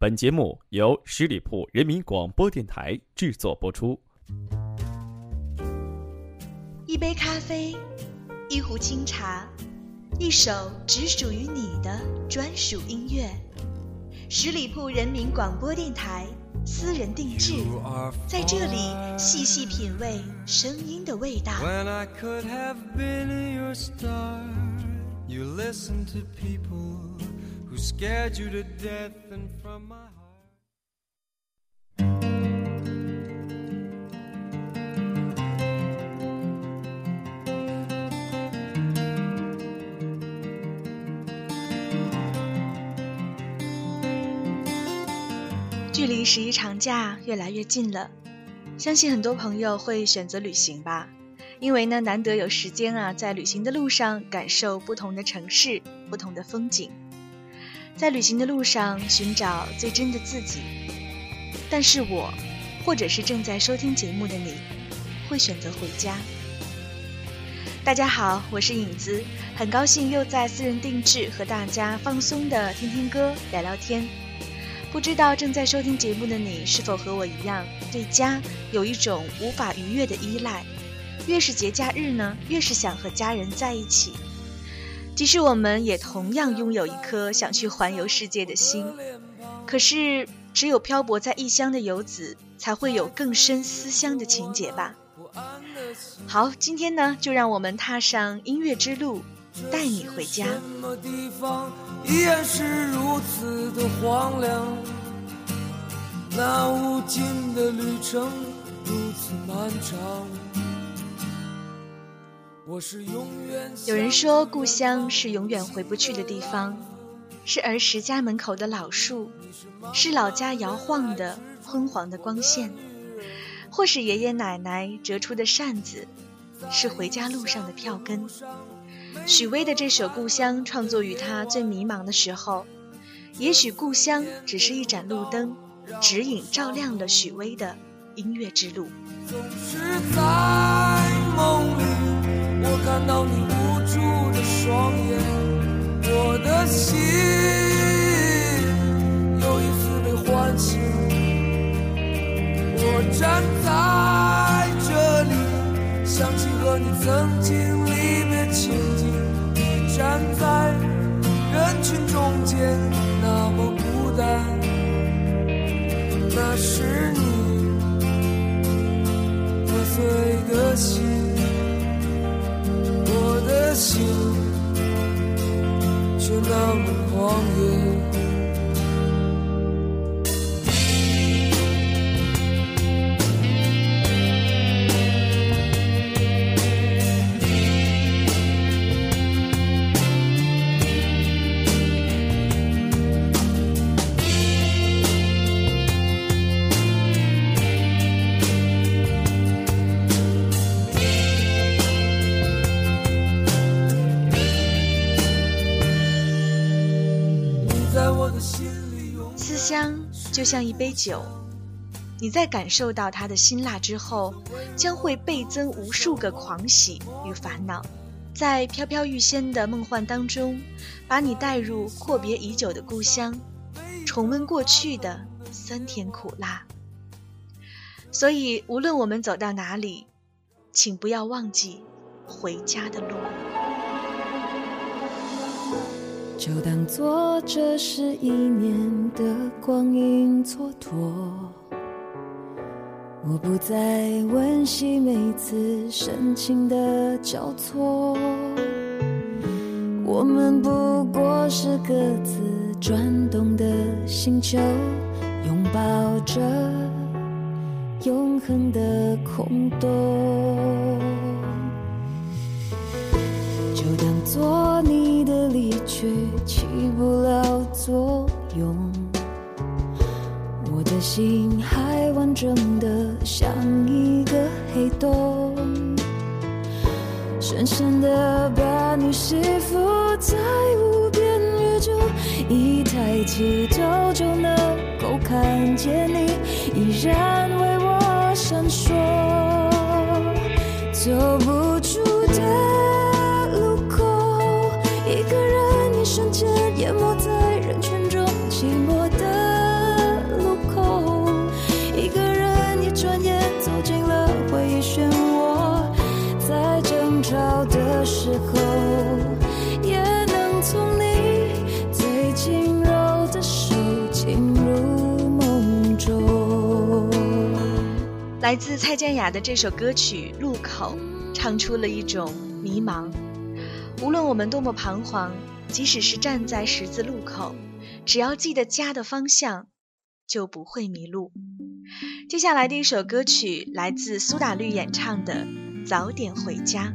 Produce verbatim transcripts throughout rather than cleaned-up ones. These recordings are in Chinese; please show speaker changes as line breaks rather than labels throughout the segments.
本节目由十里铺人民广播电台制作播出。
一杯咖啡，一壶清茶，一首只属于你的专属音乐。十里铺人民广播电台私人定制，在这里细细品味声音的味道。
When I could have been your star, you listened to people who scared you to death, and from my heart.
距离十一长假越来越近了，相信很多朋友会选择旅行吧，因为呢，难得有时间啊，在旅行的路上感受不同的城市、不同的风景，在旅行的路上寻找最真的自己。但是我，或者是正在收听节目的你，会选择回家。大家好，我是影子，很高兴又在私人定制和大家放松的听听歌、聊聊天。不知道正在收听节目的你是否和我一样，对家有一种无法逾越的依赖，越是节假日呢，越是想和家人在一起。即使我们也同样拥有一颗想去环游世界的心，可是只有漂泊在异乡的游子才会有更深思乡的情节吧。好，今天呢，就让我们踏上音乐之路，带你回家。
什么地方依然是如此的荒凉，那无尽的旅程如此漫长。我是永远。
有人说故乡是永远回不去的地方，是儿时家门口的老树，是老家摇晃的昏黄的光线，或是爷爷奶奶折出的扇子，是回家路上的票根。许巍的这首《故乡》创作于他最迷茫的时候，也许故乡只是一盏路灯，指引照亮了许巍的音乐之路。
总是在梦里，我看到你无助的双眼，我的心又一次被唤醒。我站在这里，想起和你曾经离别情景，你站在人群中间，那么孤单。那是你破碎的心，我的心却那么狂野。
思乡就像一杯酒，你在感受到它的辛辣之后，将会倍增无数个狂喜与烦恼，在飘飘欲仙的梦幻当中，把你带入阔别已久的故乡，重温过去的酸甜苦辣。所以无论我们走到哪里，请不要忘记回家的路。
就当作这是一年的光阴蹉跎，我不再温习每次深情的交错，我们不过是各自转动的星球，拥抱着永恒的空洞。就当作你的离去起不了作用，我的心还完整的像一个黑洞，深深的把你吸附在无边宇宙，一抬起头就能够看见你依然为我闪烁，走不出的路口，一个人一瞬间淹没在人群中，寂寞的
来自蔡健雅的这首歌曲《路口》，唱出了一种迷茫。无论我们多么彷徨，即使是站在十字路口，只要记得家的方向，就不会迷路。接下来的一首歌曲来自苏打绿演唱的《早点回家》。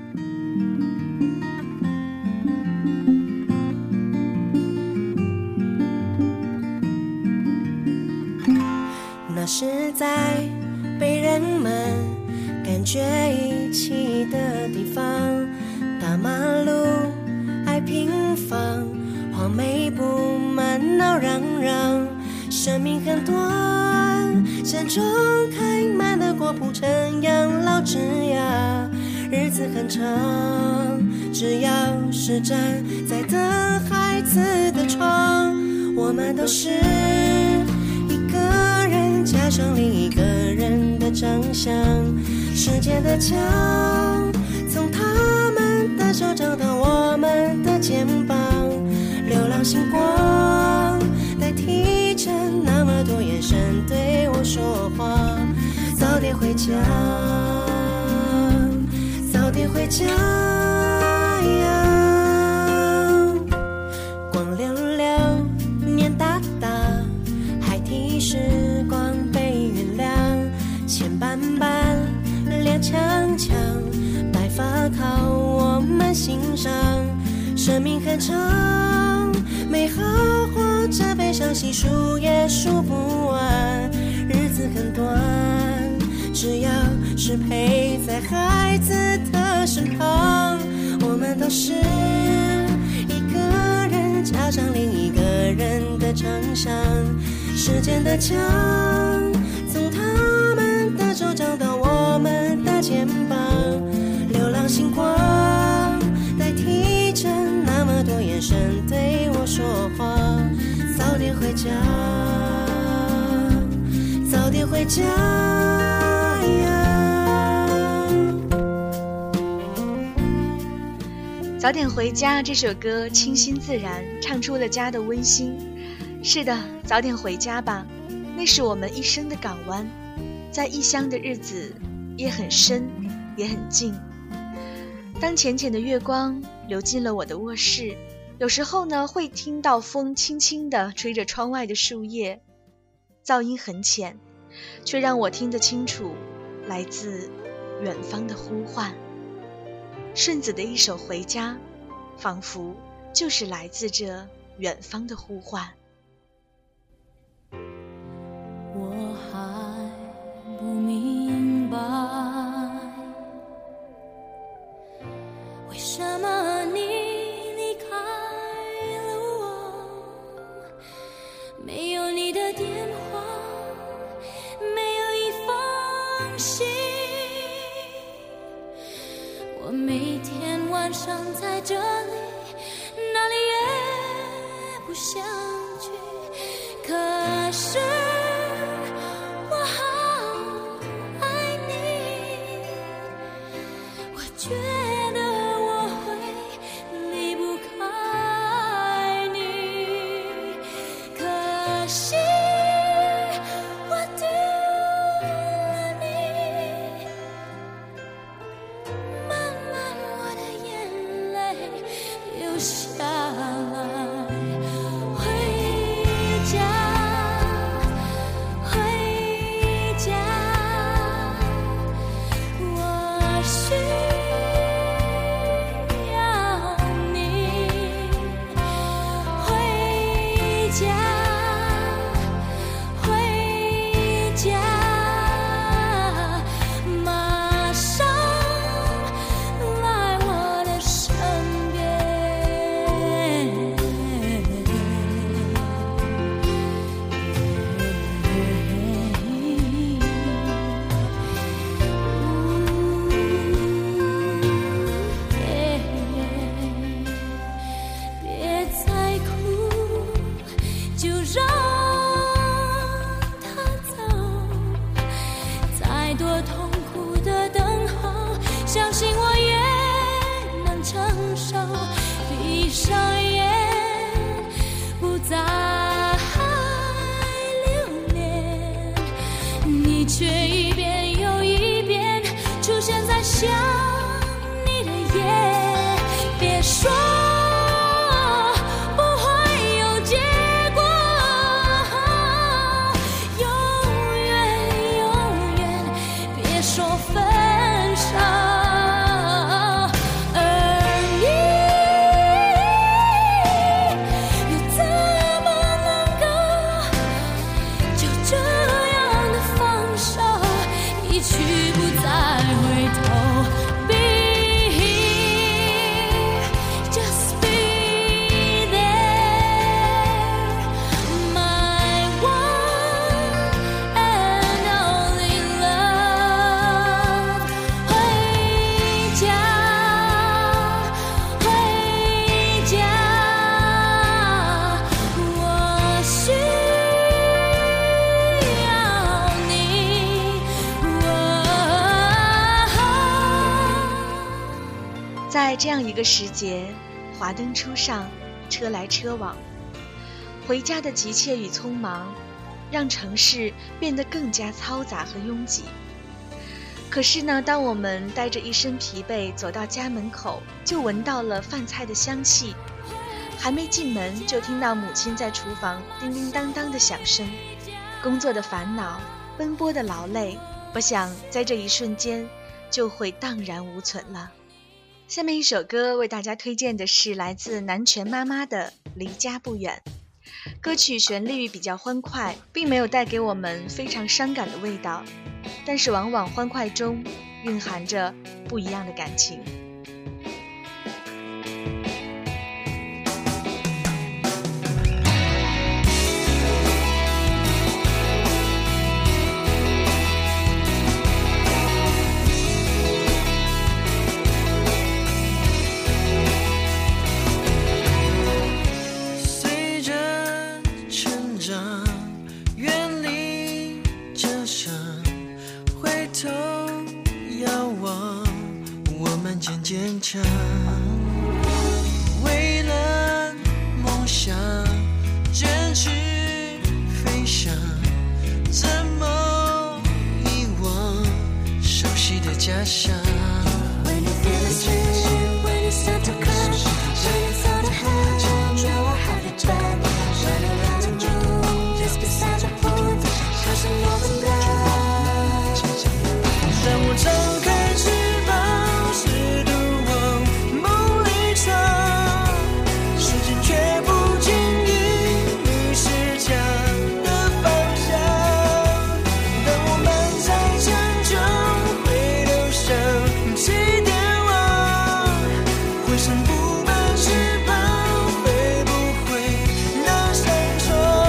那是在被人们感觉遗弃的地方，大马路爱平房，黄梅布满闹嚷嚷，生命很短，山中开满了果铺成养老枝桠，日子很长，只要是站在等孩子的床，我们都是一个人加上另一个人的长相，时间的墙从他们的手找到我们的肩膀，流浪星光代替着那么多眼神对我说话，早点回家，早点回家呀，光溜溜面大大，孩提时光被原谅，前半半脸强强，白发靠我们欣赏，生命很长，美好或者悲伤细数也数不完，日子很短，只要是陪在孩子的身旁，我们都是一个人加上另一个人的长相，时间的墙从他们的手找到我们的肩膀，流浪星光代替着那么多眼神对我说话，早点回家，早点回家呀。
早点回家这首歌清新自然，唱出了家的温馨。是的，早点回家吧，那是我们一生的港湾，在异乡的日子也很深也很静。当浅浅的月光流进了我的卧室，有时候呢会听到风轻轻地吹着窗外的树叶，噪音很浅，却让我听得清楚来自远方的呼唤。顺子的一首《回家》，仿佛就是来自这远方的呼唤。
我还不明白，为什么你离开了我，没有你的电话，没有一封信，我每天晚上在这里，哪里也不想去，可是我好爱你，我觉得我会离不开你，可惜我丢了你，慢慢我的眼泪流下来，回家却一遍想你的夜，别说不会有结果，永远永远别说分手。而你又怎么能够就这样的放手，一去不再回头。
在这样一个时节，华灯初上，车来车往，回家的急切与匆忙让城市变得更加嘈杂和拥挤。可是呢，当我们带着一身疲惫走到家门口，就闻到了饭菜的香气，还没进门就听到母亲在厨房叮叮当当的响声，工作的烦恼，奔波的劳累，我想在这一瞬间就会荡然无存了。下面一首歌为大家推荐的是来自南拳妈妈的《离家不远》。歌曲旋律比较欢快，并没有带给我们非常伤感的味道，但是往往欢快中蕴含着不一样的感情。
坚强，为了梦想展翅飞翔，怎么遗忘熟悉的家乡。When you feel the street, when you start to cry, when it's all the hand, now I have it back. When I let it go, just beside the pond, cause I'm moving back. 当我张开翅膀，试图往梦里闯，时间却不经意迷失家的方向。当我们在城中回头想起电话，浑身布满翅膀，会不会能闪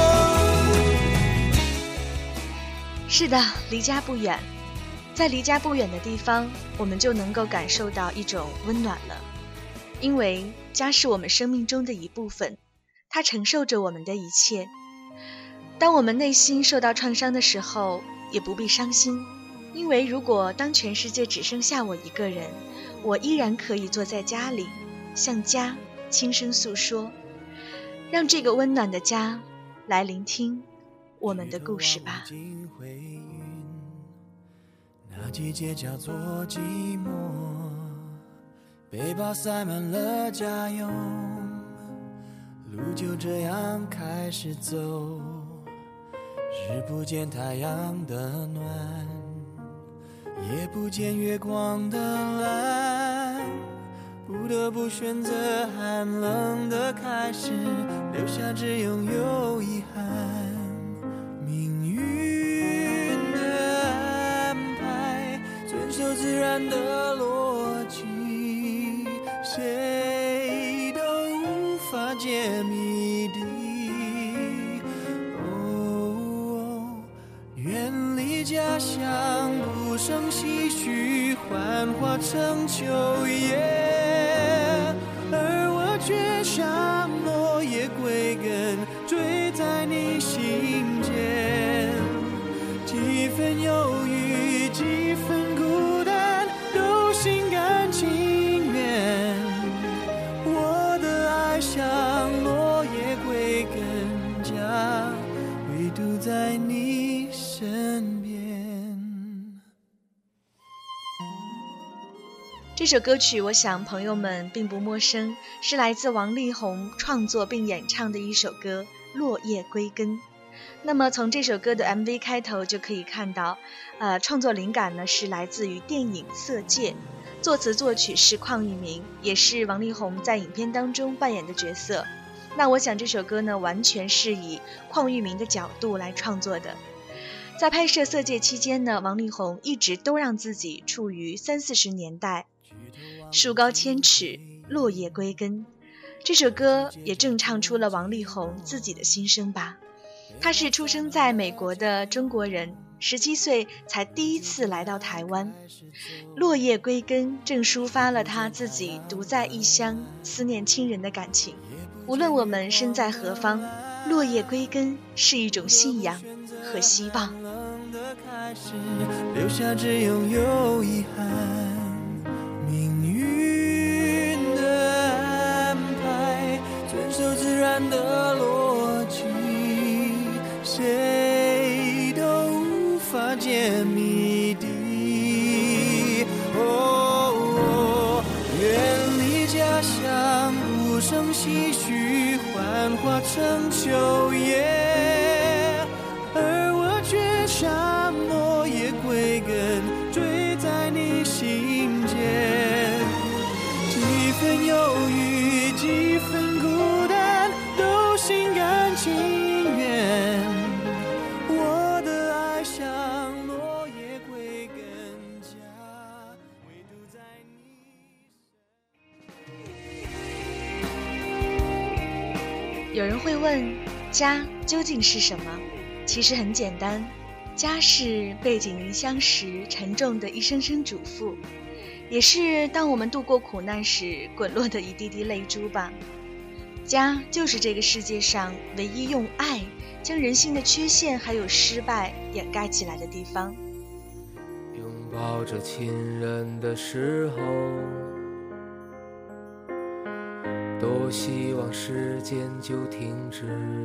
烁？
是的，离家不远。在离家不远的地方，我们就能够感受到一种温暖了。因为家是我们生命中的一部分，它承受着我们的一切。当我们内心受到创伤的时候，也不必伤心，因为如果当全世界只剩下我一个人，我依然可以坐在家里，向家轻声诉说，让这个温暖的家来聆听我们的故事吧。
那季节叫做寂寞，背包塞满了家用，路就这样开始走，日不见太阳的暖，夜不见月光的蓝，不得不选择寒冷的开始，留下只拥有遗憾。命运的安排遵守自然的逻辑，谁都无法解谜底。哦，远离家乡，不胜唏嘘，幻化成秋叶，而我却像落叶归根，坠在你心间。几分忧郁，几分孤单，都心甘情愿。我的爱像落叶归根，家唯独在你身边。
这首歌曲我想朋友们并不陌生，是来自王力宏创作并演唱的一首歌《落叶归根》。那么从这首歌的 M V 开头就可以看到，呃，创作灵感呢是来自于电影《色戒》，作词作曲是邝裕民，也是王力宏在影片当中扮演的角色。那我想这首歌呢完全是以邝裕民的角度来创作的。在拍摄《色戒》期间呢，王力宏一直都让自己处于三四十年代，树高千尺，落叶归根。这首歌也正唱出了王力宏自己的心声吧。他是出生在美国的中国人，十七岁才第一次来到台湾。落叶归根正抒发了他自己独在异乡思念亲人的感情。无论我们身在何方，落叶归根是一种信仰和希望。
留下只拥有遗憾，命运的安排，遵守自然的逻辑，谁都无法解谜底。哦，远离家乡，无声唏嘘，幻化成秋叶，而我却像落叶归根，坠在你心间。几分忧郁，几分孤单，都心甘情愿。我的爱像落叶归根，家唯独在
你。有人会问，家究竟是什么？其实很简单，家是背井离乡时沉重的一声声嘱咐，也是当我们度过苦难时滚落的一滴滴泪珠吧。家就是这个世界上唯一用爱将人性的缺陷还有失败掩盖起来的地方。
拥抱着亲人的时候，多希望时间就停止。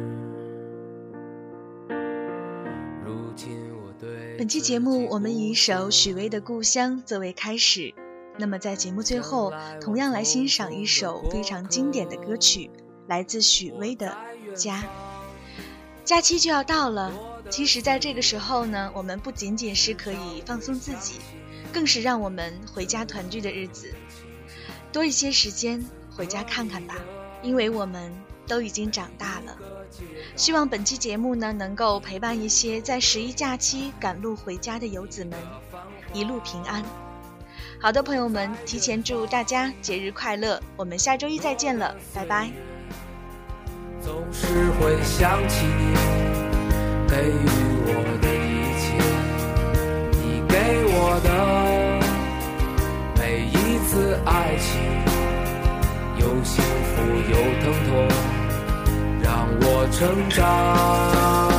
如今我对
本期节目我们以一首许巍的《故乡》作为开始，那么在节目最后同样来欣赏一首非常经典的歌曲，来自许巍的《家》。假期就要到了，其实在这个时候呢，我们不仅仅是可以放松自己，更是让我们回家团聚的日子。多一些时间回家看看吧，因为我们都已经长大了。希望本期节目呢能够陪伴一些在十一假期赶路回家的游子们一路平安。好的朋友们，提前祝大家节日快乐，我们下周一再见了，拜拜。
总是会想起你给予我的一切，你给我的每一次爱情，有幸福有疼痛，让我成长。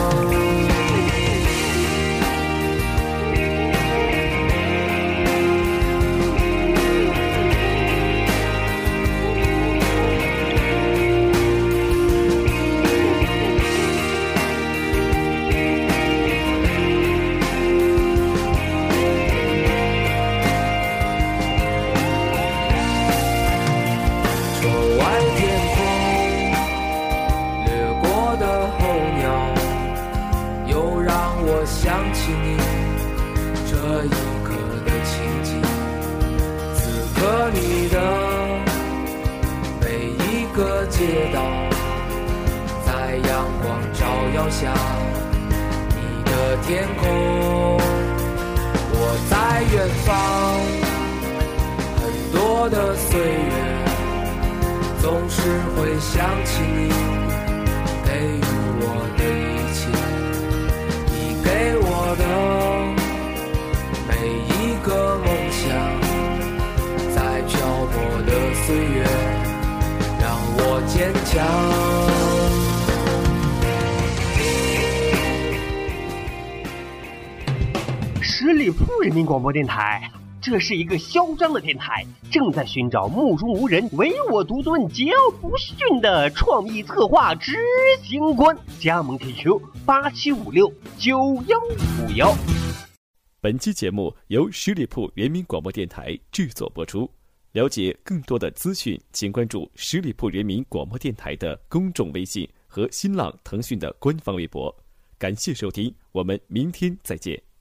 想起你这一刻的情景，此刻你的每一个街道，在阳光照耀下，你的天空，我在远方，很多的岁月，总是会想起你给予我的一切，给我的每一个梦想，在漂泊的岁月让我坚强。
十里铺人民广播电台，这是一个嚣张的电台，正在寻找目中无人、唯我独尊、桀骜不驯的创意策划执行官。加盟 Q Q 八七五六九幺五幺。
本期节目由十里铺人民广播电台制作播出。了解更多的资讯，请关注十里铺人民广播电台的公众微信和新浪、腾讯的官方微博。感谢收听，我们明天再见。